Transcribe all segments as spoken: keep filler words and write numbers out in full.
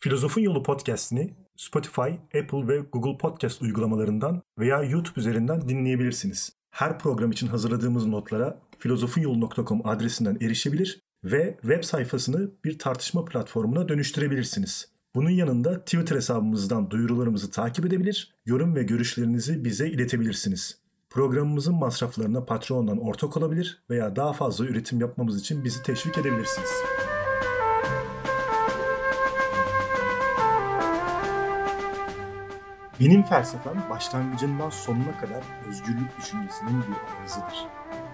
Filozofun Yolu podcast'ini Spotify, Apple ve Google Podcast uygulamalarından veya YouTube üzerinden dinleyebilirsiniz. Her program için hazırladığımız notlara filozofunyolu nokta com adresinden erişebilir ve web sayfasını bir tartışma platformuna dönüştürebilirsiniz. Bunun yanında Twitter hesabımızdan duyurularımızı takip edebilir, yorum ve görüşlerinizi bize iletebilirsiniz. Programımızın masraflarına Patreon'dan ortak olabilir veya daha fazla üretim yapmamız için bizi teşvik edebilirsiniz. Benim felsefem başlangıcından sonuna kadar özgürlük düşüncesinin bir analizıdır.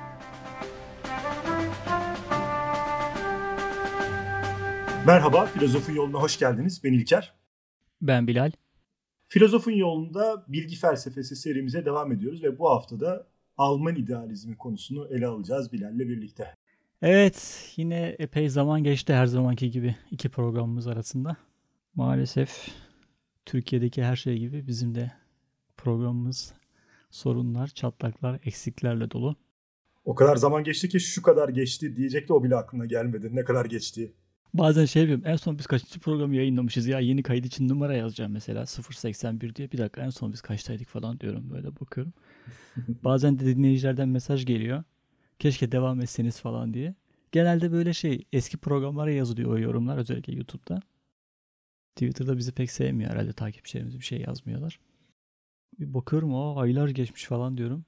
Merhaba, Filozofun Yolu'na hoş geldiniz. Ben İlker. Ben Bilal. Filozofun Yolu'nda bilgi felsefesi serimize devam ediyoruz ve bu hafta da Alman idealizmi konusunu ele alacağız Bilal'le birlikte. Evet, yine epey zaman geçti her zamanki gibi iki programımız arasında. Maalesef Türkiye'deki her şey gibi bizim de programımız sorunlar, çatlaklar, eksiklerle dolu. O kadar zaman geçti ki şu kadar geçti diyecek de o bile aklına gelmedi. Ne kadar geçti? Bazen şey yapıyorum, en son biz kaçıncı programı yayınlamışız ya, yeni kayıt için numara yazacağım mesela sıfır seksen bir diye. Bir dakika, en son biz kaçtaydık falan diyorum, böyle bakıyorum. Bazen de dinleyicilerden mesaj geliyor. Keşke devam etseniz falan diye. Genelde böyle şey, eski programlara yazılıyor o yorumlar, özellikle YouTube'da. Twitter'da bizi pek sevmiyor herhalde, takipçilerimiz bir şey yazmıyorlar. Bir bakıyorum, o aylar geçmiş falan diyorum.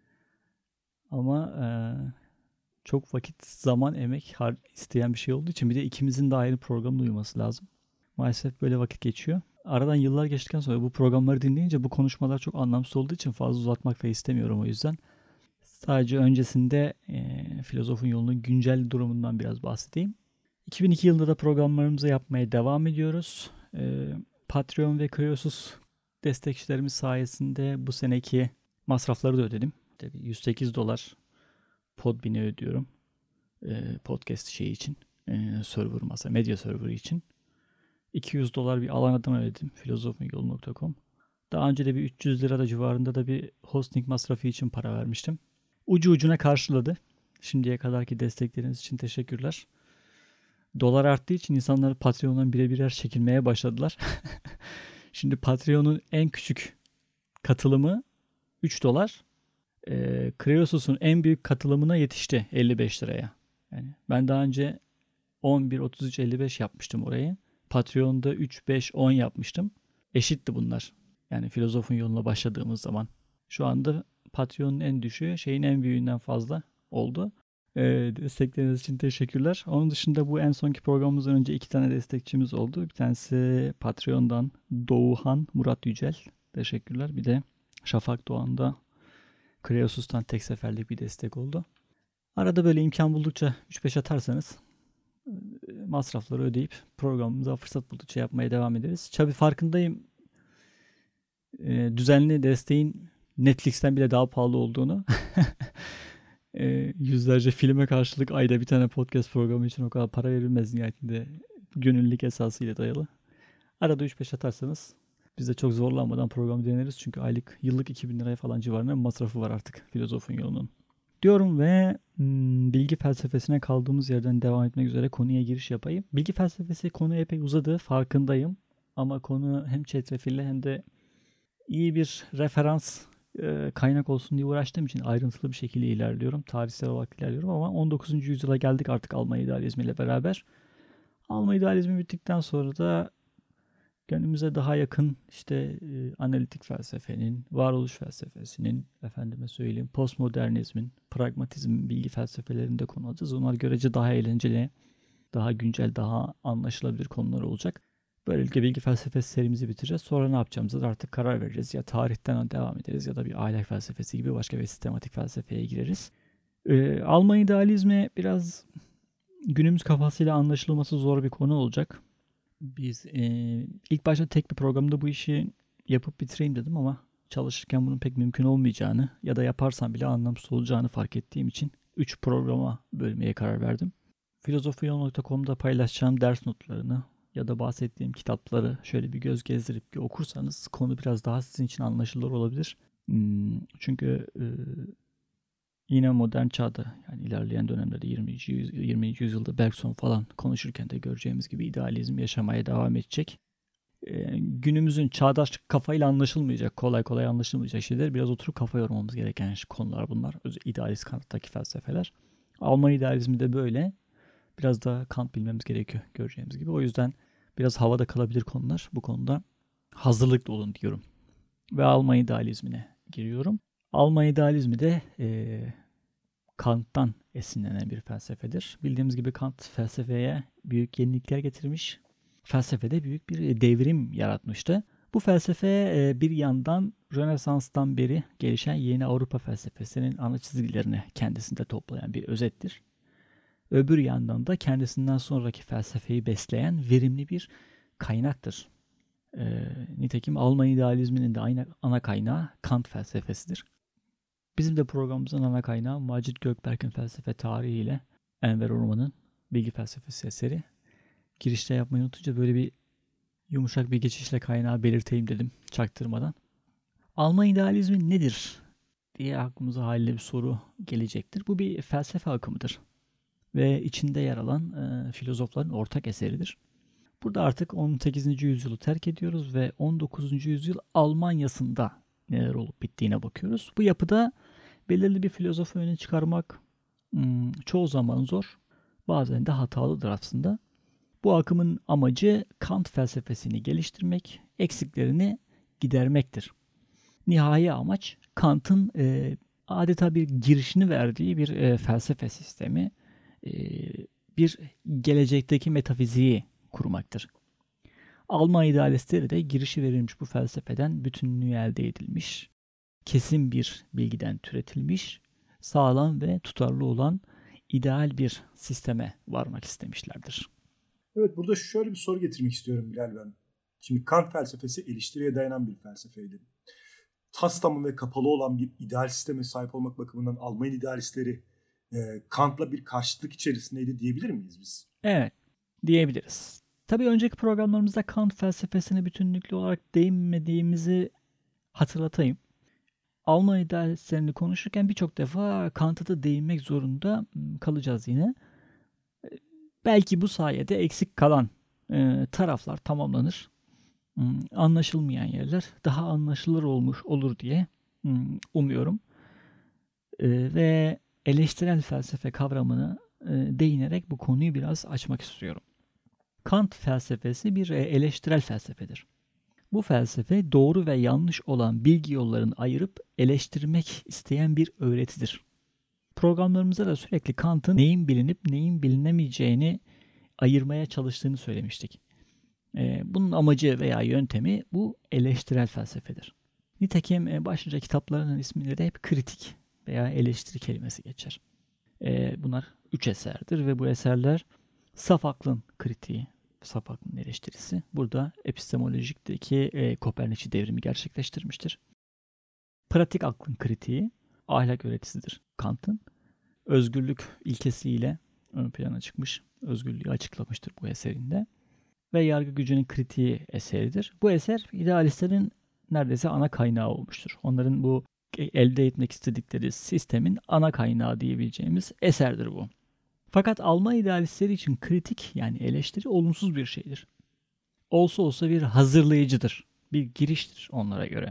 Ama e, çok vakit, zaman, emek isteyen bir şey olduğu için bir de ikimizin de ayrı programda uyuması lazım. Maalesef böyle vakit geçiyor. Aradan yıllar geçtikten sonra bu programları dinleyince bu konuşmalar çok anlamsız olduğu için fazla uzatmak da istemiyorum o yüzden. Sadece öncesinde e, Filozofun Yolu'nun güncel durumundan biraz bahsedeyim. iki bin iki yılında da programlarımızı yapmaya devam ediyoruz. E, Patreon ve Kreosus destekçilerimiz sayesinde bu seneki masrafları da ödedim. Tabii yüz sekiz dolar Podbean'e ödüyorum. E, podcast şeyi için. E, server masa, medya serverı için. iki yüz dolar bir alan adına ödedim. filozofunyolu nokta com. Daha önce de bir üç yüz lira da civarında da bir hosting masrafı için para vermiştim. Ucu ucuna karşıladı. Şimdiye kadarki destekleriniz için teşekkürler. Dolar arttığı için insanlar Patreon'dan bire birer çekilmeye başladılar. Şimdi Patreon'un en küçük katılımı üç dolar. E, Kreosus'un en büyük katılımına yetişti elli beş liraya. Yani ben daha önce on bir, otuz üç, elli beş yapmıştım orayı. Patreon'da üç, beş, on yapmıştım. Eşitti bunlar. Yani Filozofun Yoluna başladığımız zaman. Şu anda Patreon'un en düşüğü şeyin en büyüğünden fazla oldu. E, destekleriniz için teşekkürler. Onun dışında bu en sonki programımızdan önce iki tane destekçimiz oldu. Bir tanesi Patreon'dan Doğuhan Murat Yücel. Teşekkürler. Bir de Şafak Doğan'da Kreosus'tan tek seferlik bir destek oldu. Arada böyle imkan buldukça üç beş atarsanız masrafları ödeyip programımıza fırsat buldukça yapmaya devam ederiz. Tabii farkındayım, düzenli desteğin Netflix'ten bile daha pahalı olduğunu. Yüzlerce filme karşılık ayda bir tane podcast programı için o kadar para verilmez nihayetinde. Gönüllülük esasıyla dayalı. Arada üç beş atarsanız biz de çok zorlanmadan programı deneriz. Çünkü aylık, yıllık iki bin liraya falan civarında bir masrafı var artık Filozofun Yolu'nun. Diyorum ve hmm, bilgi felsefesine kaldığımız yerden devam etmek üzere konuya giriş yapayım. Bilgi felsefesi konu epey uzadı, farkındayım. Ama konu hem çetrefilli hem de iyi bir referans e, kaynak olsun diye uğraştığım için ayrıntılı bir şekilde ilerliyorum. Tarihsel olarak ilerliyorum ama on dokuzuncu yüzyıla geldik artık Alman idealizmiyle beraber. Alman idealizmi bittikten sonra da günümüze daha yakın işte e, analitik felsefenin, varoluş felsefesinin, efendime söyleyeyim postmodernizmin, pragmatizmin bilgi felsefelerinde konu alacağız. Onlar görece daha eğlenceli, daha güncel, daha anlaşılabilir konular olacak. Böylelikle bilgi felsefesi serimizi bitireceğiz. Sonra ne yapacağımıza da artık karar vereceğiz. Ya tarihten devam ederiz ya da bir ahlak felsefesi gibi başka bir sistematik felsefeye gireriz. E, Alman idealizmi biraz günümüz kafasıyla anlaşılması zor bir konu olacak. Biz e, ilk başta tek bir programda bu işi yapıp bitireyim dedim ama çalışırken bunun pek mümkün olmayacağını ya da yaparsam bile anlamsız olacağını fark ettiğim için üç programa bölmeye karar verdim. filozofunyolu nokta com'da paylaşacağım ders notlarını ya da bahsettiğim kitapları şöyle bir göz gezdirip bir okursanız konu biraz daha sizin için anlaşılır olabilir. Hmm, çünkü e, yine modern çağda, yani ilerleyen dönemlerde yirminci yüzyılda Bergson falan konuşurken de göreceğimiz gibi idealizm yaşamaya devam edecek. e, günümüzün çağdaş kafayla anlaşılmayacak, kolay kolay anlaşılmayacak şeyler. Biraz oturup kafa yormamız gereken konular bunlar. Özellikle idealist Kant'taki felsefeler. Alman idealizmi de böyle. Biraz da Kant bilmemiz gerekiyor göreceğimiz gibi. O yüzden biraz havada kalabilir konular. Bu konuda hazırlıklı olun diyorum. Ve Alman idealizmine giriyorum. Alman idealizmi de e, Kant'tan esinlenen bir felsefedir. Bildiğimiz gibi Kant felsefeye büyük yenilikler getirmiş. Felsefede büyük bir devrim yaratmıştı. Bu felsefe e, bir yandan Rönesans'tan beri gelişen yeni Avrupa felsefesinin ana çizgilerini kendisinde toplayan bir özettir. Öbür yandan da kendisinden sonraki felsefeyi besleyen verimli bir kaynaktır. E, nitekim Alman idealizminin de aynı ana kaynağı Kant felsefesidir. Bizim de programımızın ana kaynağı Macit Gökberk'in felsefe tarihi ile Enver Orman'ın bilgi felsefesi eseri. Girişte yapmayı unutunca böyle bir yumuşak bir geçişle kaynağı belirteyim dedim çaktırmadan. Alman idealizmi nedir diye aklımıza haliyle bir soru gelecektir. Bu bir felsefe akımıdır ve içinde yer alan e, filozofların ortak eseridir. Burada artık on sekizinci yüzyılı terk ediyoruz ve on dokuzuncu yüzyıl Almanya'sında neler olup bittiğine bakıyoruz. Bu yapıda belirli bir filozofu öne çıkarmak hmm, çoğu zaman zor, bazen de hatalıdır aslında. Bu akımın amacı Kant felsefesini geliştirmek, eksiklerini gidermektir. Nihai amaç Kant'ın e, adeta bir girişini verdiği bir e, felsefe sistemi, e, bir gelecekteki metafiziği kurmaktır. Alman idealistleri de girişi verilmiş bu felsefeden bütünlüğü elde edilmiş, kesin bir bilgiden türetilmiş, sağlam ve tutarlı olan ideal bir sisteme varmak istemişlerdir. Evet, burada şöyle bir soru getirmek istiyorum Bilal ben. Şimdi Kant felsefesi eleştiriye dayanan bir felsefeydi. Tas tamam ve kapalı olan bir ideal sisteme sahip olmak bakımından Alman idealistleri e, Kant'la bir karşıtlık içerisindeydi diyebilir miyiz biz? Evet, diyebiliriz. Tabii önceki programlarımızda Kant felsefesine bütünlüklü olarak değinmediğimizi hatırlatayım. Alman idealistlerini konuşurken birçok defa Kant'a da değinmek zorunda kalacağız yine. Belki bu sayede eksik kalan e, taraflar tamamlanır. Hmm, anlaşılmayan yerler daha anlaşılır olmuş olur diye hmm, umuyorum. E, ve eleştirel felsefe kavramını e, değinerek bu konuyu biraz açmak istiyorum. Kant felsefesi bir eleştirel felsefedir. Bu felsefe doğru ve yanlış olan bilgi yollarını ayırıp eleştirmek isteyen bir öğretidir. Programlarımızda da sürekli Kant'ın neyin bilinip neyin bilinemeyeceğini ayırmaya çalıştığını söylemiştik. Ee, bunun amacı veya yöntemi bu eleştirel felsefedir. Nitekim başlıca kitaplarının isminde de hep kritik veya eleştiri kelimesi geçer. Ee, bunlar üç eserdir ve bu eserler saf aklın kritiği, saf aklın eleştirisi. Burada epistemolojikteki e, Kopernikçi devrimi gerçekleştirmiştir. Pratik aklın kritiği, ahlak öğretisidir Kant'ın. Özgürlük ilkesiyle ön plana çıkmış, özgürlüğü açıklamıştır bu eserinde. Ve yargı gücünün kritiği eseridir. Bu eser idealistlerin neredeyse ana kaynağı olmuştur. Onların bu elde etmek istedikleri sistemin ana kaynağı diyebileceğimiz eserdir bu. Fakat Alman idealistleri için kritik yani eleştiri olumsuz bir şeydir. Olsa olsa bir hazırlayıcıdır, bir giriştir onlara göre.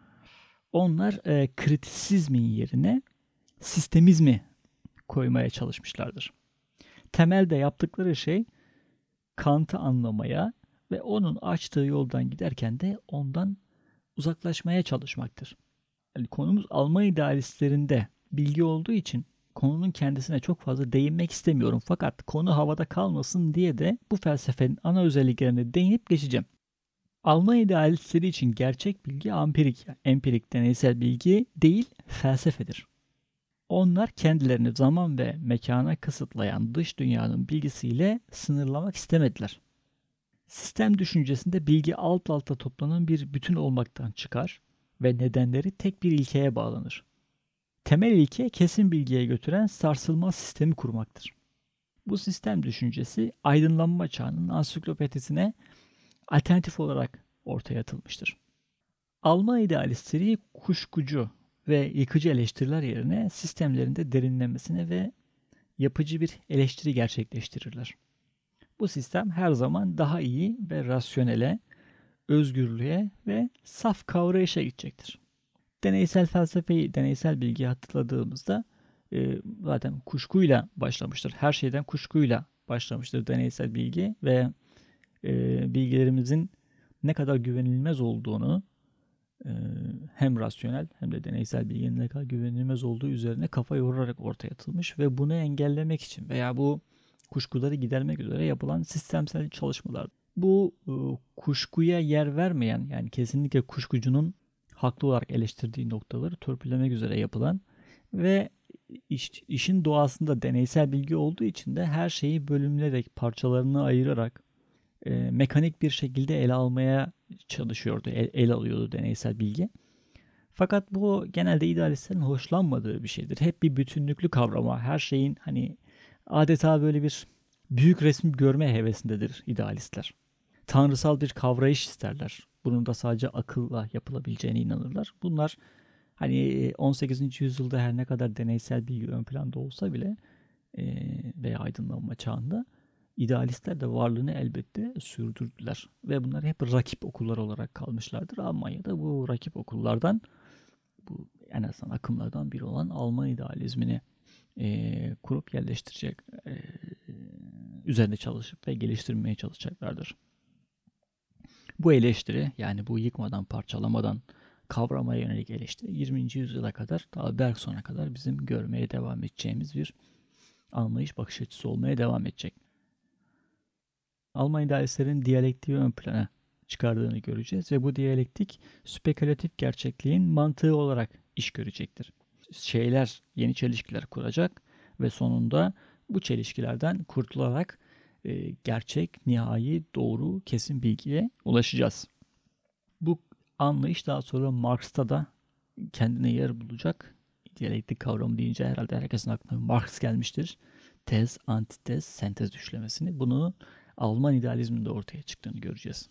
Onlar e, kritisizmin yerine sistemizmi koymaya çalışmışlardır. Temelde yaptıkları şey Kant'ı anlamaya ve onun açtığı yoldan giderken de ondan uzaklaşmaya çalışmaktır. Yani konumuz Alman idealistlerinde bilgi olduğu için konunun kendisine çok fazla değinmek istemiyorum. Fakat konu havada kalmasın diye de bu felsefenin ana özelliklerine değinip geçeceğim. Alman idealistleri için gerçek bilgi ampirik, yani empirik deneysel bilgi değil, felsefedir. Onlar kendilerini zaman ve mekana kısıtlayan dış dünyanın bilgisiyle sınırlamak istemediler. Sistem düşüncesinde bilgi alt alta toplanan bir bütün olmaktan çıkar ve nedenleri tek bir ilkeye bağlanır. Temel ilke kesin bilgiye götüren sarsılmaz sistemi kurmaktır. Bu sistem düşüncesi aydınlanma çağının ansiklopedisine alternatif olarak ortaya atılmıştır. Alman idealistleri kuşkucu ve yıkıcı eleştiriler yerine sistemlerinde derinlemesine ve yapıcı bir eleştiri gerçekleştirirler. Bu sistem her zaman daha iyi ve rasyonele, özgürlüğe ve saf kavrayışa gidecektir. Deneysel felsefeyi, deneysel bilgiyi hatırladığımızda e, zaten kuşkuyla başlamıştır. Her şeyden kuşkuyla başlamıştır deneysel bilgi ve e, bilgilerimizin ne kadar güvenilmez olduğunu e, hem rasyonel hem de deneysel bilginin ne kadar güvenilmez olduğu üzerine kafa yorarak ortaya atılmış ve bunu engellemek için veya bu kuşkuları gidermek üzere yapılan sistemsel çalışmalar. Bu e, kuşkuya yer vermeyen, yani kesinlikle kuşkucunun haklı olarak eleştirdiği noktaları törpülemek üzere yapılan ve iş, işin doğasında deneysel bilgi olduğu için de her şeyi bölümlerek, parçalarını ayırarak e, mekanik bir şekilde ele almaya çalışıyordu, el, el alıyordu deneysel bilgi. Fakat bu genelde idealistlerin hoşlanmadığı bir şeydir. Hep bir bütünlüklü kavrama, her şeyin hani adeta böyle bir büyük resmi görme hevesindedir idealistler. Tanrısal bir kavrayış isterler. Bunun da sadece akılla yapılabileceğine inanırlar. Bunlar hani on sekizinci yüzyılda her ne kadar deneysel bilgi ön planda olsa bile e, veya aydınlanma çağında idealistler de varlığını elbette sürdürdüler. Ve bunlar hep rakip okullar olarak kalmışlardır. Almanya'da bu rakip okullardan, bu en azından akımlardan biri olan Alman idealizmini e, kurup yerleştirecek, e, üzerinde çalışıp ve geliştirmeye çalışacaklardır. Bu eleştiri, yani bu yıkmadan, parçalamadan kavramaya yönelik eleştiri yirminci yüzyıla kadar, daha Bergson'a kadar bizim görmeye devam edeceğimiz bir anlayış, bakış açısı olmaya devam edecek. Alman idealistlerin diyalektiği ön plana çıkardığını göreceğiz ve bu diyalektik spekülatif gerçekliğin mantığı olarak iş görecektir. Şeyler, yeni çelişkiler kuracak ve sonunda bu çelişkilerden kurtularak e, gerçek, nihai, doğru, kesin bilgiye ulaşacağız. Bu anlayış daha sonra Marx'ta da kendine yer bulacak. Diyalektik kavramı deyince herhalde herkesin aklına Marx gelmiştir. Tez, antitez, sentez düşlemesini. Bunu Alman idealizminde ortaya çıktığını göreceğiz.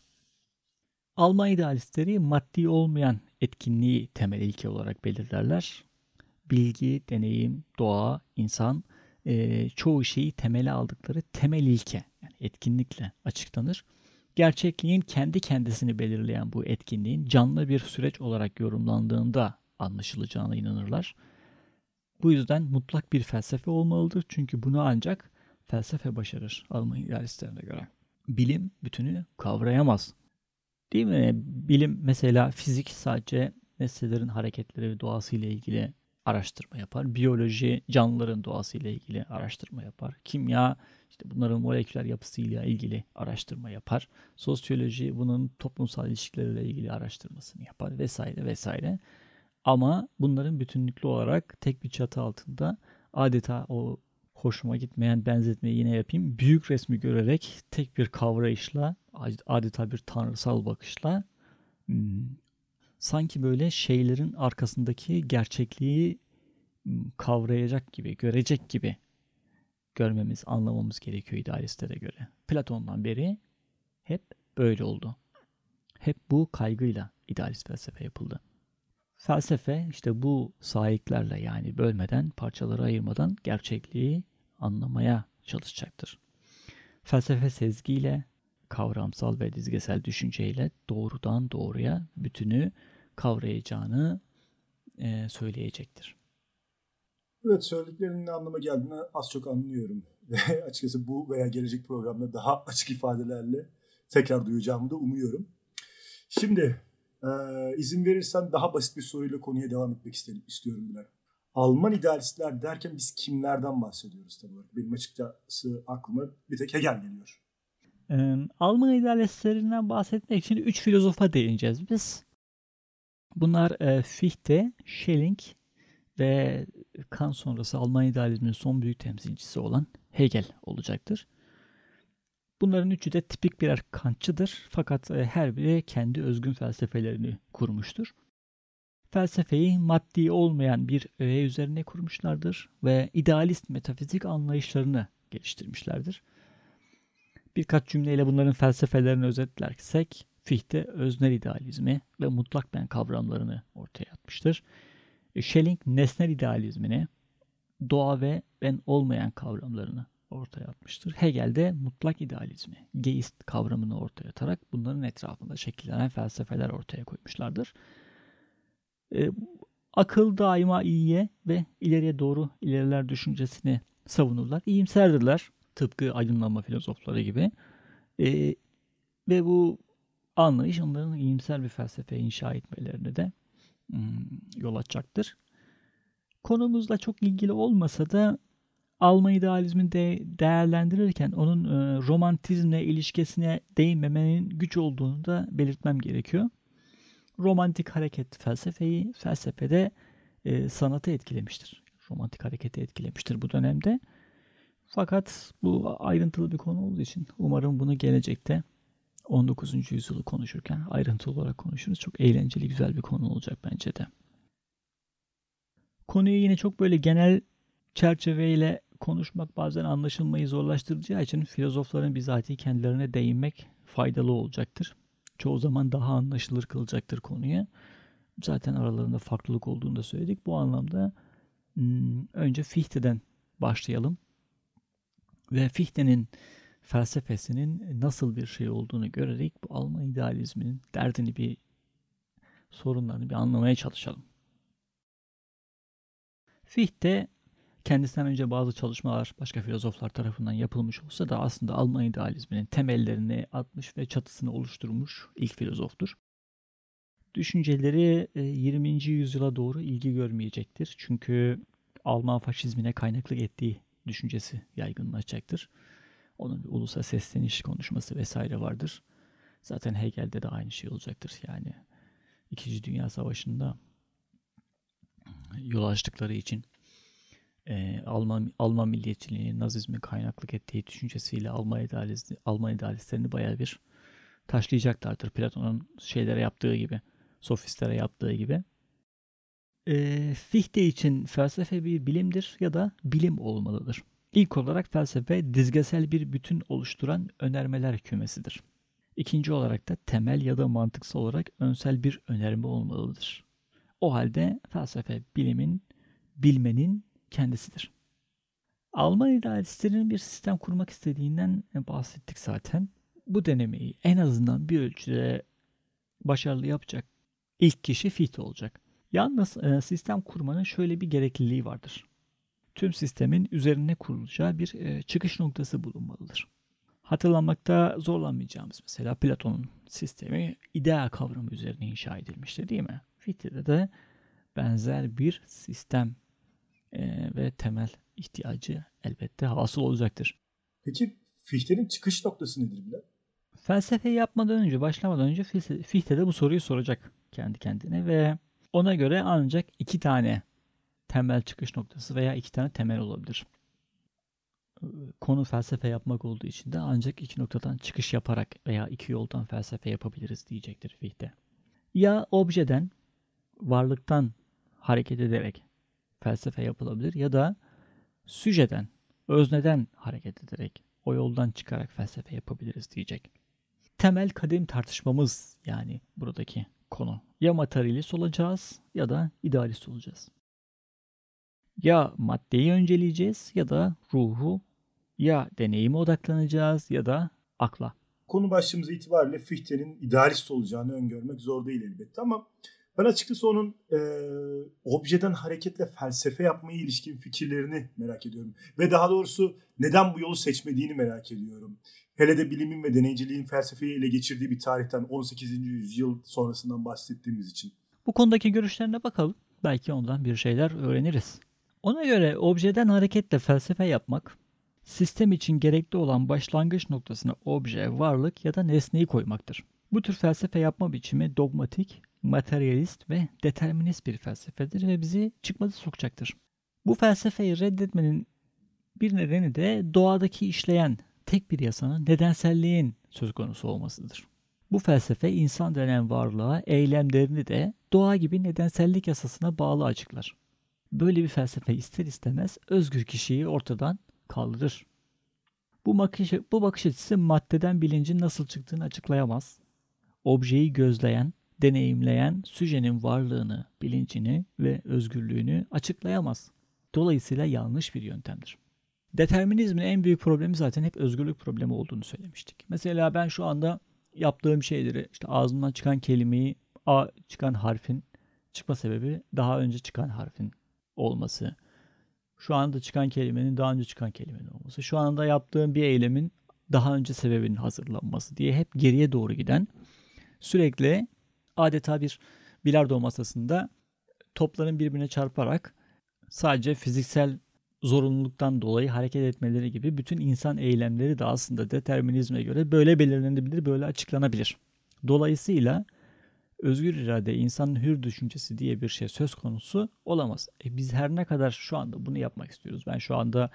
Alman idealistleri maddi olmayan etkinliği temel ilke olarak belirlerler. Bilgi, deneyim, doğa, insan e, çoğu şeyi temele aldıkları temel ilke, yani etkinlikle açıklanır. Gerçekliğin kendi kendisini belirleyen bu etkinliğin canlı bir süreç olarak yorumlandığında anlaşılacağına inanırlar. Bu yüzden mutlak bir felsefe olmalıdır. Çünkü bunu ancak felsefe başarır Alman idealistlerine göre. Bilim bütünü kavrayamaz. Değil mi? Bilim, mesela fizik sadece nesnelerin hareketleri ve doğasıyla ilgili araştırma yapar. Biyoloji canlıların doğasıyla ilgili araştırma yapar. Kimya işte bunların moleküler yapısıyla ilgili araştırma yapar. Sosyoloji bunun toplumsal ilişkileriyle ilgili araştırmasını yapar vesaire vesaire. Ama bunların bütünlüklü olarak tek bir çatı altında adeta o hoşuma gitmeyen benzetmeyi yine yapayım. Büyük resmi görerek tek bir kavrayışla, adeta bir tanrısal bakışla hmm, sanki böyle şeylerin arkasındaki gerçekliği hmm, kavrayacak gibi, görecek gibi görmemiz, anlamamız gerekiyor idealistlere göre. Platon'dan beri hep böyle oldu. Hep bu kaygıyla idealist felsefe yapıldı. Felsefe işte bu sahiplerle, yani bölmeden, parçalara ayırmadan gerçekliği anlamaya çalışacaktır. Felsefe sezgiyle, kavramsal ve dizgesel düşünceyle doğrudan doğruya bütünü kavrayacağını e, söyleyecektir. Evet, söylediklerinin ne anlama geldiğini az çok anlıyorum. Ve açıkçası bu veya gelecek programda daha açık ifadelerle tekrar duyacağımı da umuyorum. Şimdi e, izin verirsen daha basit bir soruyla konuya devam etmek istedim, istiyorum Bilal. Alman idealistler derken biz kimlerden bahsediyoruz tabii olarak? Benim açıkçası aklıma bir tek Hegel geliyor. Ee, Alman idealistlerinden bahsetmek için üç filozofa değineceğiz biz. Bunlar e, Fichte, Schelling ve Kant sonrası Alman idealizminin son büyük temsilcisi olan Hegel olacaktır. Bunların üçü de tipik birer Kantçıdır. Fakat e, her biri kendi özgün felsefelerini kurmuştur. Felsefeyi maddi olmayan bir öğe üzerine kurmuşlardır ve idealist metafizik anlayışlarını geliştirmişlerdir. Birkaç cümleyle bunların felsefelerini özetlersek, Fichte öznel idealizmi ve mutlak ben kavramlarını ortaya atmıştır. Schelling nesnel idealizmini, doğa ve ben olmayan kavramlarını ortaya atmıştır. Hegel de mutlak idealizmi, geist kavramını ortaya atarak bunların etrafında şekillenen felsefeler ortaya koymuşlardır. E, akıl daima iyiye ve ileriye doğru ileriler düşüncesini savunurlar. İyimserdirler. Tıpkı aydınlanma filozofları gibi. E, ve bu anlayış onların iyimser bir felsefe inşa etmelerine de hmm, yol açacaktır. Konumuzla çok ilgili olmasa da Alman idealizmini de değerlendirirken onun e, romantizmle ilişkisine değinmemenin güç olduğunu da belirtmem gerekiyor. Romantik hareket felsefeyi, felsefede e, sanatı etkilemiştir. Romantik hareketi etkilemiştir bu dönemde. Fakat bu ayrıntılı bir konu olduğu için umarım bunu gelecekte on dokuzuncu yüzyılı konuşurken ayrıntılı olarak konuşuruz. Çok eğlenceli, güzel bir konu olacak bence de. Konuyu yine çok böyle genel çerçeveyle konuşmak bazen anlaşılmayı zorlaştıracağı için filozofların bizatihi kendilerine değinmek faydalı olacaktır. Çoğu zaman daha anlaşılır kılacaktır konuyu. Zaten aralarında farklılık olduğunu da söyledik. Bu anlamda önce Fichte'den başlayalım. Ve Fichte'nin felsefesinin nasıl bir şey olduğunu görerek bu Alman idealizminin derdini bir, sorunlarını bir anlamaya çalışalım. Fichte kendisinden önce bazı çalışmalar başka filozoflar tarafından yapılmış olsa da aslında Alman idealizminin temellerini atmış ve çatısını oluşturmuş ilk filozoftur. Düşünceleri yirminci yüzyıla doğru ilgi görmeyecektir. Çünkü Alman faşizmine kaynaklık ettiği düşüncesi yaygınlaşacaktır. Onun bir ulusa sesleniş konuşması vesaire vardır. Zaten Hegel'de de aynı şey olacaktır. Yani İkinci Dünya Savaşı'nda yol açtıkları için e, Alman Alman milliyetçiliğinin Nazizmin kaynaklık ettiği düşüncesiyle Alman idealist, Alman idealistlerini bayağı bir taşlayacaklardır. Platon'un şeylere yaptığı gibi, sofistlere yaptığı gibi. E, Fichte için felsefe bir bilimdir ya da bilim olmalıdır. İlk olarak felsefe dizgesel bir bütün oluşturan önermeler kümesidir. İkinci olarak da temel ya da mantıksal olarak önsel bir önerme olmalıdır. O halde felsefe bilimin, bilmenin kendisidir. Alman idealistlerin bir sistem kurmak istediğinden bahsettik zaten. Bu denemeyi en azından bir ölçüde başarılı yapacak ilk kişi Fichte olacak. Yalnız sistem kurmanın şöyle bir gerekliliği vardır. Tüm sistemin üzerine kurulacağı bir çıkış noktası bulunmalıdır. Hatırlamakta zorlanmayacağımız mesela Platon'un sistemi ideal kavramı üzerine inşa edilmişti değil mi? Fichte'de de benzer bir sistem e, ve temel ihtiyacı elbette hasıl olacaktır. Peki Fichte'nin çıkış noktası nedir Bilal? Felsefeyi yapmadan önce, başlamadan önce Fichte de bu soruyu soracak kendi kendine ve ona göre ancak iki tane temel çıkış noktası veya iki tane temel olabilir. Konu felsefe yapmak olduğu için de ancak iki noktadan çıkış yaparak veya iki yoldan felsefe yapabiliriz diyecektir Fichte. Ya objeden, varlıktan hareket ederek felsefe yapılabilir ya da süjeden, özneden hareket ederek o yoldan çıkarak felsefe yapabiliriz diyecek. Temel kadim tartışmamız yani buradaki konu. Ya materyalist olacağız ya da idealist olacağız. Ya maddeyi önceleyeceğiz ya da ruhu, ya deneyime odaklanacağız ya da akla. Konu başlığımız itibariyle Fichte'nin idealist olacağını öngörmek zor değil elbette ama ben açıkçası onun e, objeden hareketle felsefe yapmaya ilişkin fikirlerini merak ediyorum. Ve daha doğrusu neden bu yolu seçmediğini merak ediyorum. Hele de bilimin ve deneyciliğin felsefeyi ele geçirdiği bir tarihten on sekizinci yüzyıl sonrasından bahsettiğimiz için. Bu konudaki görüşlerine bakalım. Belki ondan bir şeyler öğreniriz. Ona göre objeden hareketle felsefe yapmak, sistem için gerekli olan başlangıç noktasına obje, varlık ya da nesneyi koymaktır. Bu tür felsefe yapma biçimi dogmatik, materyalist ve determinist bir felsefedir ve bizi çıkmazı sokacaktır. Bu felsefeyi reddetmenin bir nedeni de doğadaki işleyen tek bir yasanın nedenselliğin söz konusu olmasıdır. Bu felsefe insan denen varlığa eylemlerini de doğa gibi nedensellik yasasına bağlı açıklar. Böyle bir felsefe ister istemez özgür kişiyi ortadan kaldırır. Bu bakış, bu bakış açısı maddeden bilincin nasıl çıktığını açıklayamaz. Objeyi gözleyen, deneyimleyen süjenin varlığını, bilincini ve özgürlüğünü açıklayamaz. Dolayısıyla yanlış bir yöntemdir. Determinizmin en büyük problemi zaten hep özgürlük problemi olduğunu söylemiştik. Mesela ben şu anda yaptığım şeyleri, işte ağzımdan çıkan kelimeyi, A çıkan harfin çıkma sebebi daha önce çıkan harfin olması. Şu anda çıkan kelimenin daha önce çıkan kelimenin olması. Şu anda yaptığım bir eylemin daha önce sebebinin hazırlanması diye hep geriye doğru giden, sürekli adeta bir bilardo masasında topların birbirine çarparak sadece fiziksel zorunluluktan dolayı hareket etmeleri gibi bütün insan eylemleri de aslında determinizme göre böyle belirlenebilir, böyle açıklanabilir. Dolayısıyla özgür irade, insanın hür düşüncesi diye bir şey söz konusu olamaz. E biz her ne kadar şu anda bunu yapmak istiyoruz. Ben şu anda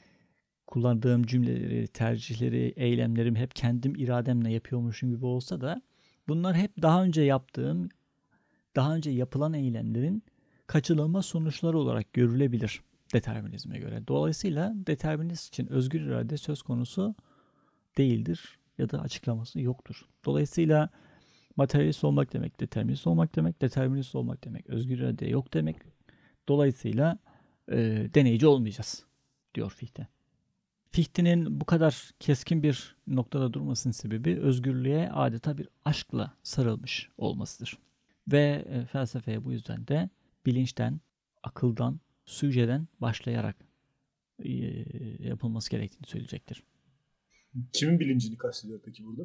kullandığım cümleleri, tercihleri, eylemlerimi hep kendim irademle yapıyormuşum gibi olsa da bunlar hep daha önce yaptığım, daha önce yapılan eylemlerin kaçınılmaz sonuçları olarak görülebilir determinizme göre. Dolayısıyla determinist için özgür irade söz konusu değildir ya da açıklaması yoktur. Dolayısıyla materyalist olmak demek, determinist olmak demek, determinist olmak demek, özgür irade yok demek. Dolayısıyla e, deneyici olmayacağız diyor Fichte. Fichte'nin bu kadar keskin bir noktada durmasının sebebi özgürlüğe adeta bir aşkla sarılmış olmasıdır. Ve e, felsefeye bu yüzden de bilinçten, akıldan, süjeden başlayarak e, yapılması gerektiğini söyleyecektir. Kimin bilincini kastediyor peki burada?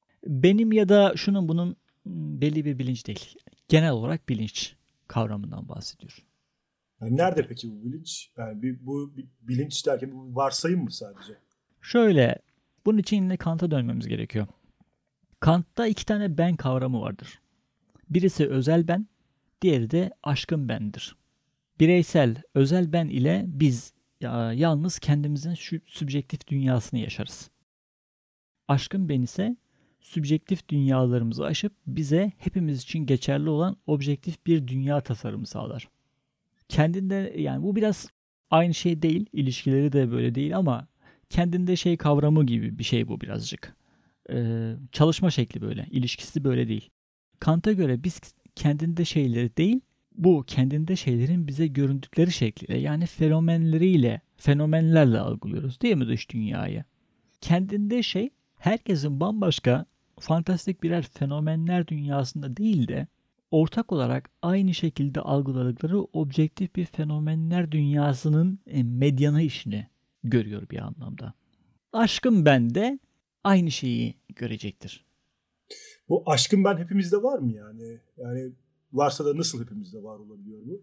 Benim ya da şunun bunun belli bir bilinç değil. Genel olarak bilinç kavramından bahsediyor. Yani nerede peki bu bilinç? Yani bir, bu bir bilinç derken bu bir varsayım mı sadece? Şöyle, bunun için yine Kant'a dönmemiz gerekiyor. Kant'ta iki tane ben kavramı vardır. Birisi özel ben, diğeri de aşkın bendir. Bireysel, özel ben ile biz ya, yalnız kendimizin şu sübjektif dünyasını yaşarız. Aşkın ben ise sübjektif dünyalarımızı aşıp bize hepimiz için geçerli olan objektif bir dünya tasarımı sağlar. Kendinde, yani bu biraz aynı şey değil, ilişkileri de böyle değil ama kendinde şey kavramı gibi bir şey bu birazcık. Ee, çalışma şekli böyle, ilişkisi böyle değil. Kant'a göre biz kendinde şeyleri değil, bu kendinde şeylerin bize göründükleri şekliyle, yani fenomenleriyle, fenomenlerle algılıyoruz değil mi dış dünyayı? Kendinde şey, herkesin bambaşka, fantastik birer fenomenler dünyasında değil de ortak olarak aynı şekilde algıladıkları objektif bir fenomenler dünyasının medyanı işini görüyor bir anlamda. Aşkın bende aynı şeyi görecektir. Bu aşkın ben hepimizde var mı yani? Yani varsa da nasıl hepimizde var olabiliyor bu?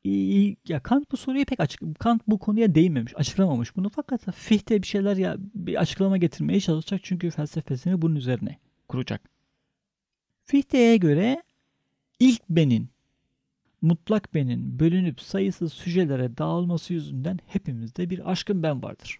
Ya Kant bu soruyu pek açık, Kant bu konuya değinmemiş, açıklamamış bunu, fakat Fichte bir şeyler ya bir açıklama getirmeye çalışacak çünkü felsefesini bunun üzerine kuracak. Fichte'ye göre ilk benin, mutlak benin bölünüp sayısız süjelere dağılması yüzünden hepimizde bir aşkın ben vardır.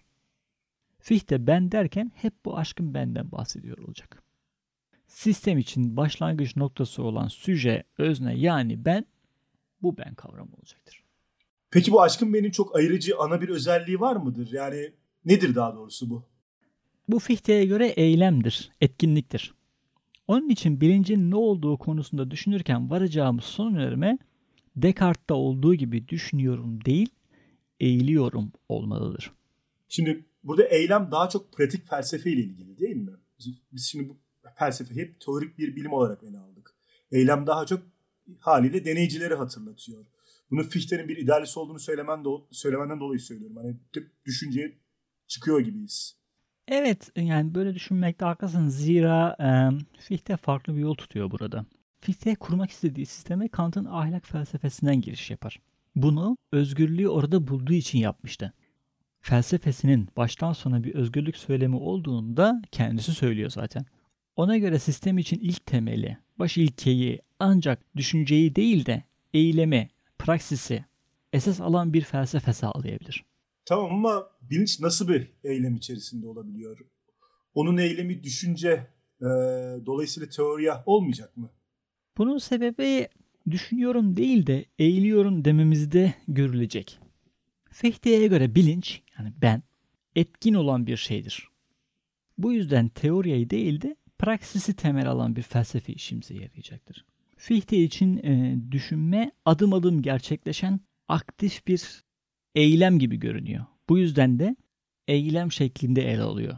Fichte ben derken hep bu aşkın benden bahsediyor olacak. Sistem için başlangıç noktası olan süje, özne yani ben, bu ben kavramı olacaktır. Peki bu aşkın benin çok ayırıcı ana bir özelliği var mıdır? Yani nedir daha doğrusu bu? Bu Fichte'ye göre eylemdir, etkinliktir. Onun için bilincin ne olduğu konusunda düşünürken varacağımız son önerme Descartes'ta olduğu gibi düşünüyorum değil, eğiliyorum olmalıdır. Şimdi burada eylem daha çok pratik felsefe ile ilgili değil mi? Biz, biz şimdi bu felsefe hep teorik bir bilim olarak ele aldık. Eylem daha çok haliyle deneycileri hatırlatıyor. Bunu Fichte'nin bir idealist olduğunu söylemen do- söylemenden dolayı söylüyorum. Hani düşünceye çıkıyor gibiyiz. Evet, yani böyle düşünmekte haklısın. Zira e, Fichte farklı bir yol tutuyor burada. Fichte kurmak istediği sisteme Kant'ın ahlak felsefesinden giriş yapar. Bunu özgürlüğü orada bulduğu için yapmıştı. Felsefesinin baştan sona bir özgürlük söylemi olduğunu da kendisi söylüyor zaten. Ona göre sistem için ilk temeli, baş ilkeyi ancak düşünceyi değil de eylemi, praksisi esas alan bir felsefe sağlayabilir. Tamam ama bilinç nasıl bir eylem içerisinde olabiliyor? Onun eylemi düşünce, e, dolayısıyla teoriye olmayacak mı? Bunun sebebi düşünüyorum değil de eğiliyorum dememizde görülecek. Fichte'ye göre bilinç, yani ben, etkin olan bir şeydir. Bu yüzden teoriyi değil de praksisi temel alan bir felsefe işimize yarayacaktır. Fichte için e, düşünme adım adım gerçekleşen aktif bir eylem gibi görünüyor. Bu yüzden de eylem şeklinde ele alıyor.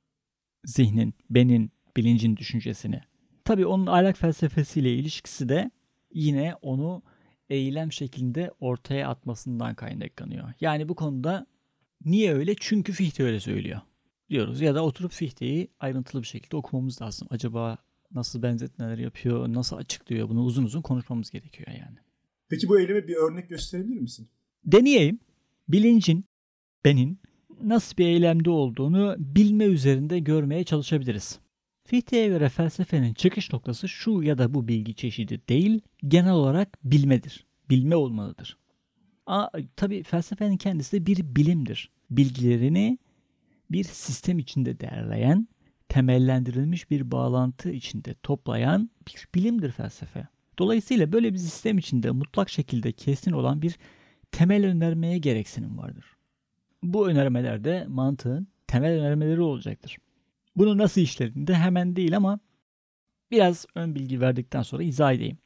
Zihnin, benin, bilincin düşüncesini. Tabii onun ahlak felsefesiyle ilişkisi de yine onu eylem şeklinde ortaya atmasından kaynaklanıyor. Yani bu konuda niye öyle? Çünkü Fichte öyle söylüyor diyoruz. Ya da oturup Fichte'yi ayrıntılı bir şekilde okumamız lazım. Acaba nasıl benzetmeler yapıyor, nasıl açıklıyor, bunu uzun uzun konuşmamız gerekiyor yani. Peki bu eyleme bir örnek gösterebilir misin? Deneyeyim. Bilincin, benin nasıl bir eylemde olduğunu bilme üzerinde görmeye çalışabiliriz. Fichte'ye göre felsefenin çıkış noktası şu ya da bu bilgi çeşidi değil, genel olarak bilmedir. Bilme olmalıdır. Aa, tabii felsefenin kendisi de bir bilimdir. Bilgilerini bir sistem içinde değerleyen, temellendirilmiş bir bağlantı içinde toplayan bir bilimdir felsefe. Dolayısıyla böyle bir sistem içinde mutlak şekilde kesin olan bir temel önermeye gereksinim vardır. Bu önermeler de mantığın temel önermeleri olacaktır. Bunu nasıl işlediğini de hemen değil ama biraz ön bilgi verdikten sonra izah edeyim.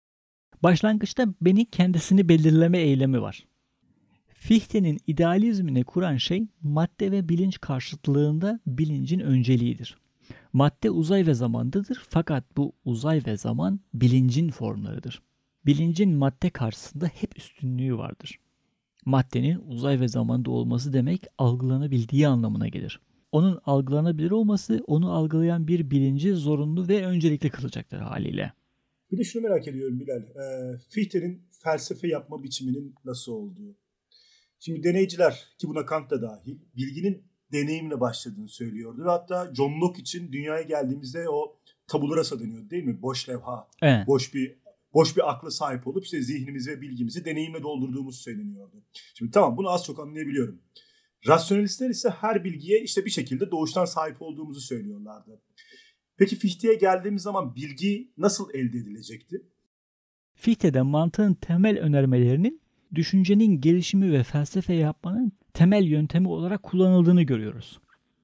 Başlangıçta beni kendisini belirleme eylemi var. Fichte'nin idealizmini kuran şey madde ve bilinç karşıtlığında bilincin önceliğidir. Madde uzay ve zamandadır fakat bu uzay ve zaman bilincin formlarıdır. Bilincin madde karşısında hep üstünlüğü vardır. Maddenin uzay ve zamanda olması demek algılanabildiği anlamına gelir. Onun algılanabilir olması onu algılayan bir bilinci zorunlu ve öncelikli kılacaktır haliyle. Bir de şunu merak ediyorum Bilal. E, Fichte'nin felsefe yapma biçiminin nasıl olduğu. Şimdi deneyiciler ki buna Kant da dahil bilginin deneyimle başladığını söylüyordu. Ve hatta John Locke için dünyaya geldiğimizde o tabula rasa deniyordu değil mi? Boş levha, Evet. boş bir boş bir akla sahip olup işte zihnimizi ve bilgimizi deneyimle doldurduğumuz söyleniyordu. Şimdi tamam bunu az çok anlayabiliyorum. Rasyonalistler ise her bilgiye işte bir şekilde doğuştan sahip olduğumuzu söylüyorlardı. Peki Fichte'ye geldiğimiz zaman bilgi nasıl elde edilecekti? Fichte'de mantığın temel önermelerinin düşüncenin gelişimi ve felsefe yapmanın temel yöntemi olarak kullanıldığını görüyoruz.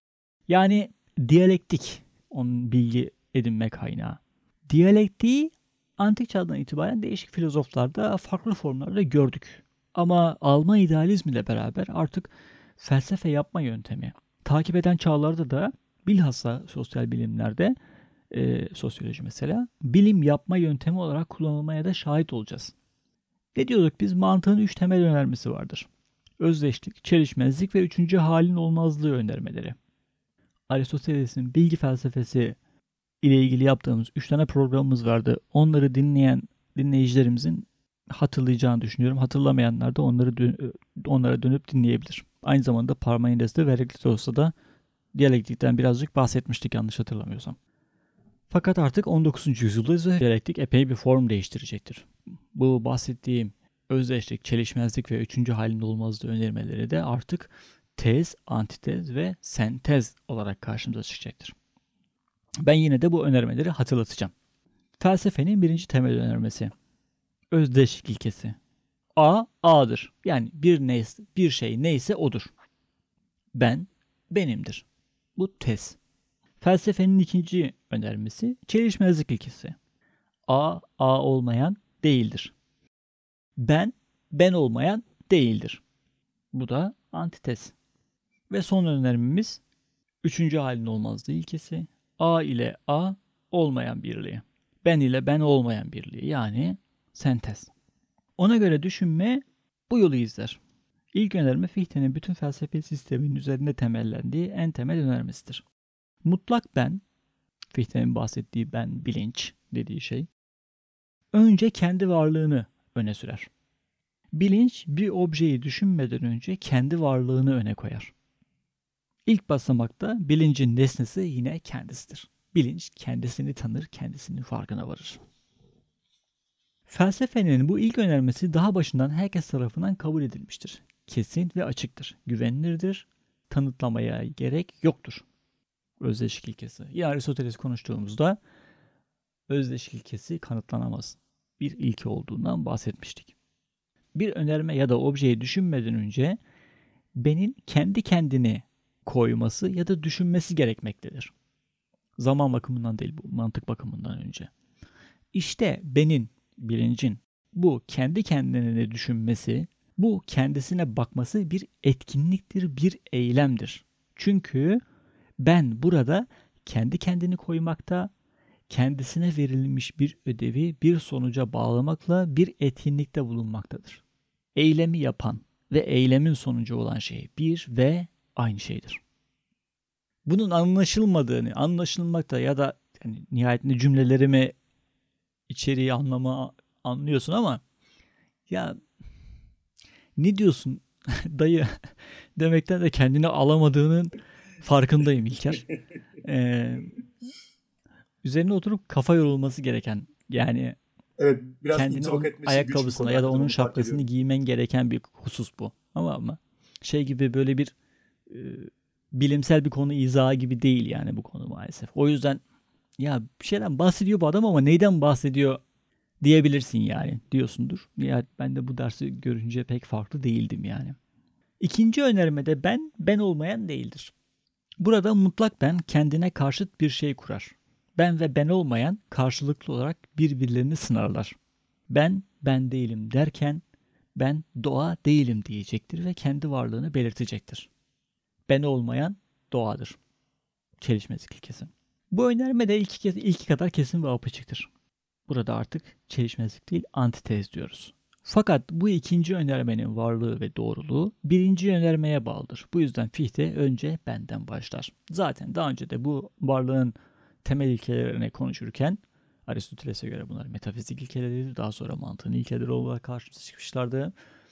Yani diyalektik onun bilgi edinme kaynağı. Diyalektiği antik çağdan itibaren değişik filozoflarda farklı formlarda gördük. Ama Alman idealizmi ile beraber artık felsefe yapma yöntemi takip eden çağlarda da bilhassa sosyal bilimlerde e, sosyoloji mesela bilim yapma yöntemi olarak kullanılmaya da şahit olacağız. Ne diyorduk biz? Mantığın üç temel önermesi vardır. Özdeşlik, çelişmezlik ve üçüncü halin olmazlığı önermeleri. Aristoteles'in bilgi felsefesi ile ilgili yaptığımız üç tane programımız vardı. Onları dinleyen dinleyicilerimizin hatırlayacağını düşünüyorum. Hatırlamayanlar da onları dö- onlara dönüp dinleyebilir. Aynı zamanda Parmenides'te ve Heraklitos'ta da diyalektikten birazcık bahsetmiştik yanlış hatırlamıyorsam. Fakat artık on dokuzuncu yüzyıldayız ve diyalektik epey bir form değiştirecektir. Bu bahsettiğim özdeşlik, çelişmezlik ve üçüncü halinde olmazlığı önermeleri de artık tez, antitez ve sentez olarak karşımıza çıkacaktır. Ben yine de bu önermeleri hatırlatacağım. Felsefenin birinci temel önermesi. Özdeşlik ilkesi. A, A'dır. Yani bir neyse, bir şey neyse odur. Ben, benimdir. Bu tez. Felsefenin ikinci önermesi çelişmezlik ilkesi. A, A olmayan değildir. Ben, ben olmayan değildir. Bu da antitez. Ve son önermemiz üçüncü halin olmazlığı ilkesi. A ile A olmayan birliği. Ben ile ben olmayan birliği. Yani sentez. Ona göre düşünme bu yolu izler. İlk önerme Fichte'nin bütün felsefe sisteminin üzerinde temellendiği en temel önermesidir. Mutlak ben, Fichte'nin bahsettiği ben, bilinç dediği şey, önce kendi varlığını öne sürer. Bilinç bir objeyi düşünmeden önce kendi varlığını öne koyar. İlk basamakta bilincin nesnesi yine kendisidir. Bilinç kendisini tanır, kendisinin farkına varır. Felsefenin bu ilk önermesi daha başından herkes tarafından kabul edilmiştir. Kesin ve açıktır, güvenilirdir, tanıtlamaya gerek yoktur. Özdeşlik ilkesi. Yine Aristoteles konuştuğumuzda özdeşlik ilkesi kanıtlanamaz bir ilke olduğundan bahsetmiştik. Bir önerme ya da objeyi düşünmeden önce benin kendi kendini koyması ya da düşünmesi gerekmektedir. Zaman bakımından değil, bu mantık bakımından önce. İşte benin, bilincin bu kendi kendine düşünmesi, bu kendisine bakması bir etkinliktir, bir eylemdir. Çünkü ben burada kendi kendini koymakta, kendisine verilmiş bir ödevi bir sonuca bağlamakla bir etkinlikte bulunmaktadır. Eylemi yapan ve eylemin sonucu olan şey bir ve aynı şeydir. Bunun anlaşılmadığını, anlaşılmakta ya da yani nihayetinde cümlelerimi, içeriği, anlamı anlıyorsun ama ya ne diyorsun dayı demekten de kendini alamadığının farkındayım İlker. Ee, üzerine oturup kafa yorulması gereken, yani evet, biraz kendini onun ayakkabısına ya da onun şapkasını giymen gereken bir husus bu. Ama ama şey gibi böyle bir e, bilimsel bir konu izahı gibi değil yani bu konu maalesef. O yüzden ya bir şeyden bahsediyor bu adam ama neyden bahsediyor diyebilirsin yani, diyorsundur. Ya ben de bu dersi görünce pek farklı değildim yani. İkinci önermede ben, ben olmayan değildir. Burada mutlak ben kendine karşıt bir şey kurar. Ben ve ben olmayan karşılıklı olarak birbirlerini sınarlar. Ben, ben değilim derken ben doğa değilim diyecektir ve kendi varlığını belirtecektir. Ben olmayan doğadır. Çelişmezlik ilkesi. Bu önerme de ilki, ilki kadar kesin ve apaçıktır. Burada artık çelişmezlik değil, antitez diyoruz. Fakat bu ikinci önermenin varlığı ve doğruluğu birinci önermeye bağlıdır. Bu yüzden Fichte önce benden başlar. Zaten daha önce de bu varlığın temel ilkelerini konuşurken Aristoteles'e göre bunlar metafizik ilkeleri, daha sonra mantığın ilkeleri olarak karşımıza çıkmışlardı.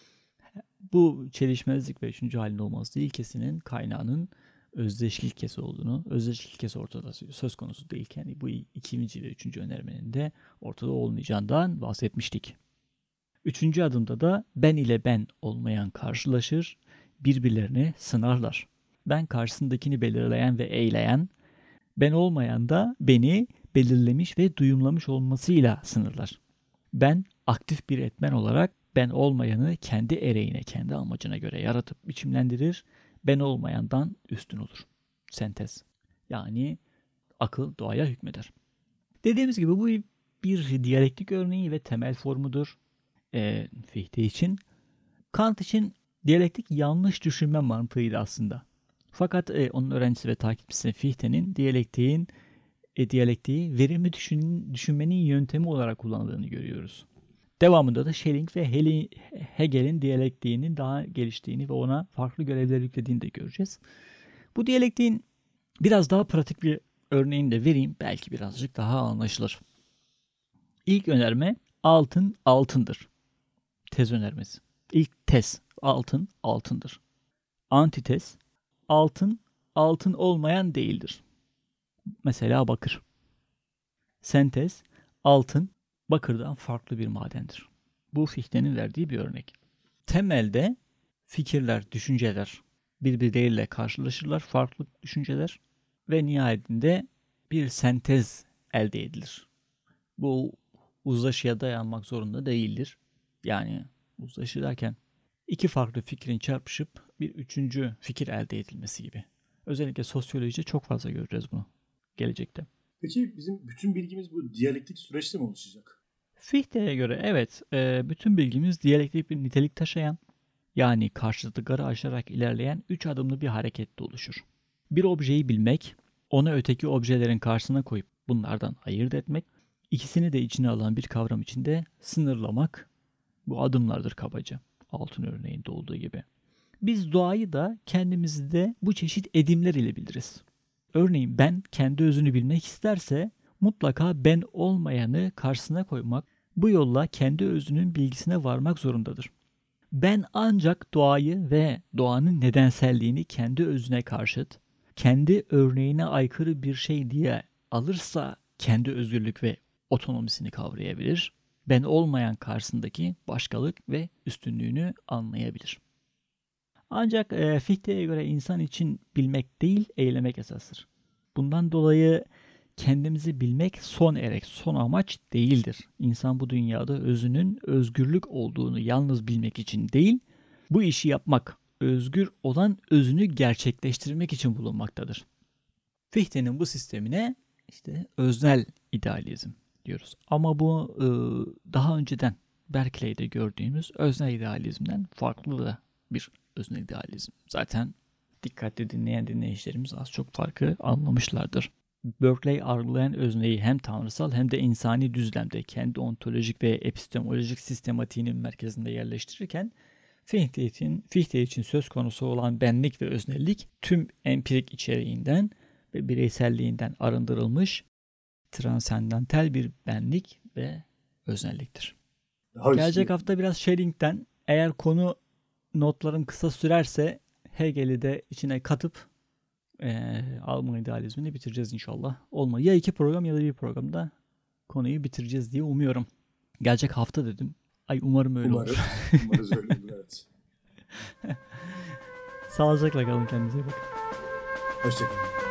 Bu çelişmezlik ve üçüncü halinde olmazlığı ilkesinin kaynağının özdeşlik ilkesi olduğunu, özdeşlik ilkesi ortada söz konusu değilken bu ikinci ve üçüncü önermenin de ortada olmayacağından bahsetmiştik. Üçüncü adımda da ben ile ben olmayan karşılaşır, birbirlerini sınarlar. Ben karşısındakini belirleyen ve eyleyen, ben olmayan da beni belirlemiş ve duyumlamış olmasıyla sınırlar. Ben aktif bir etmen olarak ben olmayanı kendi ereğine, kendi amacına göre yaratıp biçimlendirir, ben olmayandan üstün olur. Sentez. Yani akıl doğaya hükmeder. Dediğimiz gibi bu bir diyalektik örneği ve temel formudur. E, Fichte için. Kant için diyalektik yanlış düşünme mantığıydı aslında. Fakat e, onun öğrencisi ve takipçisi Fichte'nin diyalektiğin e, diyalektiği verimli düşün, düşünmenin yöntemi olarak kullandığını görüyoruz. Devamında da Schelling ve Hegel'in diyalektiğinin daha geliştiğini ve ona farklı görevler yüklediğini de göreceğiz. Bu diyalektiğin biraz daha pratik bir örneğini de vereyim. Belki birazcık daha anlaşılır. İlk önerme altın altındır. Tez önermesi. İlk tez altın altındır. Antitez altın altın olmayan değildir. Mesela bakır. Sentez altın bakırdan farklı bir madendir. Bu Fichte'nin verdiği bir örnek. Temelde fikirler, düşünceler birbirleriyle karşılaşırlar, farklı düşünceler ve nihayetinde bir sentez elde edilir. Bu uzlaşıya dayanmak zorunda değildir. Yani uzlaşı derken iki farklı fikrin çarpışıp bir üçüncü fikir elde edilmesi gibi. Özellikle sosyolojide çok fazla göreceğiz bunu gelecekte. Peki bizim bütün bilgimiz bu diyalektik süreçte mi oluşacak? Fichte'ye göre evet, bütün bilgimiz diyalektik bir nitelik taşıyan, yani karşıtlıkları aşarak ilerleyen üç adımlı bir harekette oluşur. Bir objeyi bilmek, onu öteki objelerin karşısına koyup bunlardan ayırt etmek, ikisini de içine alan bir kavram içinde sınırlamak bu adımlardır kabaca. Altın örneğinde olduğu gibi. Biz doğayı da kendimizi de bu çeşit edimler ile biliriz. Örneğin ben kendi özünü bilmek isterse mutlaka ben olmayanı karşısına koymak, bu yolla kendi özünün bilgisine varmak zorundadır. Ben ancak doğayı ve doğanın nedenselliğini kendi özüne karşıt, kendi örneğine aykırı bir şey diye alırsa kendi özgürlük ve otonomisini kavrayabilir, ben olmayan karşısındaki başkalık ve üstünlüğünü anlayabilir. Ancak e, Fichte'ye göre insan için bilmek değil, eylemek esastır. Bundan dolayı kendimizi bilmek son erek, son amaç değildir. İnsan bu dünyada özünün özgürlük olduğunu yalnız bilmek için değil, bu işi yapmak, özgür olan özünü gerçekleştirmek için bulunmaktadır. Fichte'nin bu sistemine işte öznel idealizm diyoruz. Ama bu e, daha önceden Berkeley'de gördüğümüz öznel idealizmden farklı da bir öznel idealizm. Zaten dikkatli dinleyen dinleyicilerimiz az çok farkı anlamışlardır. Berkeley algılayan özneyi hem tanrısal hem de insani düzlemde kendi ontolojik ve epistemolojik sistematiğinin merkezinde yerleştirirken Fichte için, Fichte için söz konusu olan benlik ve öznellik tüm empirik içeriğinden ve bireyselliğinden arındırılmış transandantal bir benlik ve öznelliktir. Daha Gelecek üstüne. hafta biraz Schelling'den, eğer konu notlarım kısa sürerse Hegel'i de içine katıp e, Alman idealizmini bitireceğiz inşallah. Olma ya iki program ya da bir programda konuyu bitireceğiz diye umuyorum. Gelecek hafta dedim. Ay umarım öyle umarım, olur. Umarız öyle olur, evet. Sağlıcakla kalın, kendinize bakın. Hoşçakalın.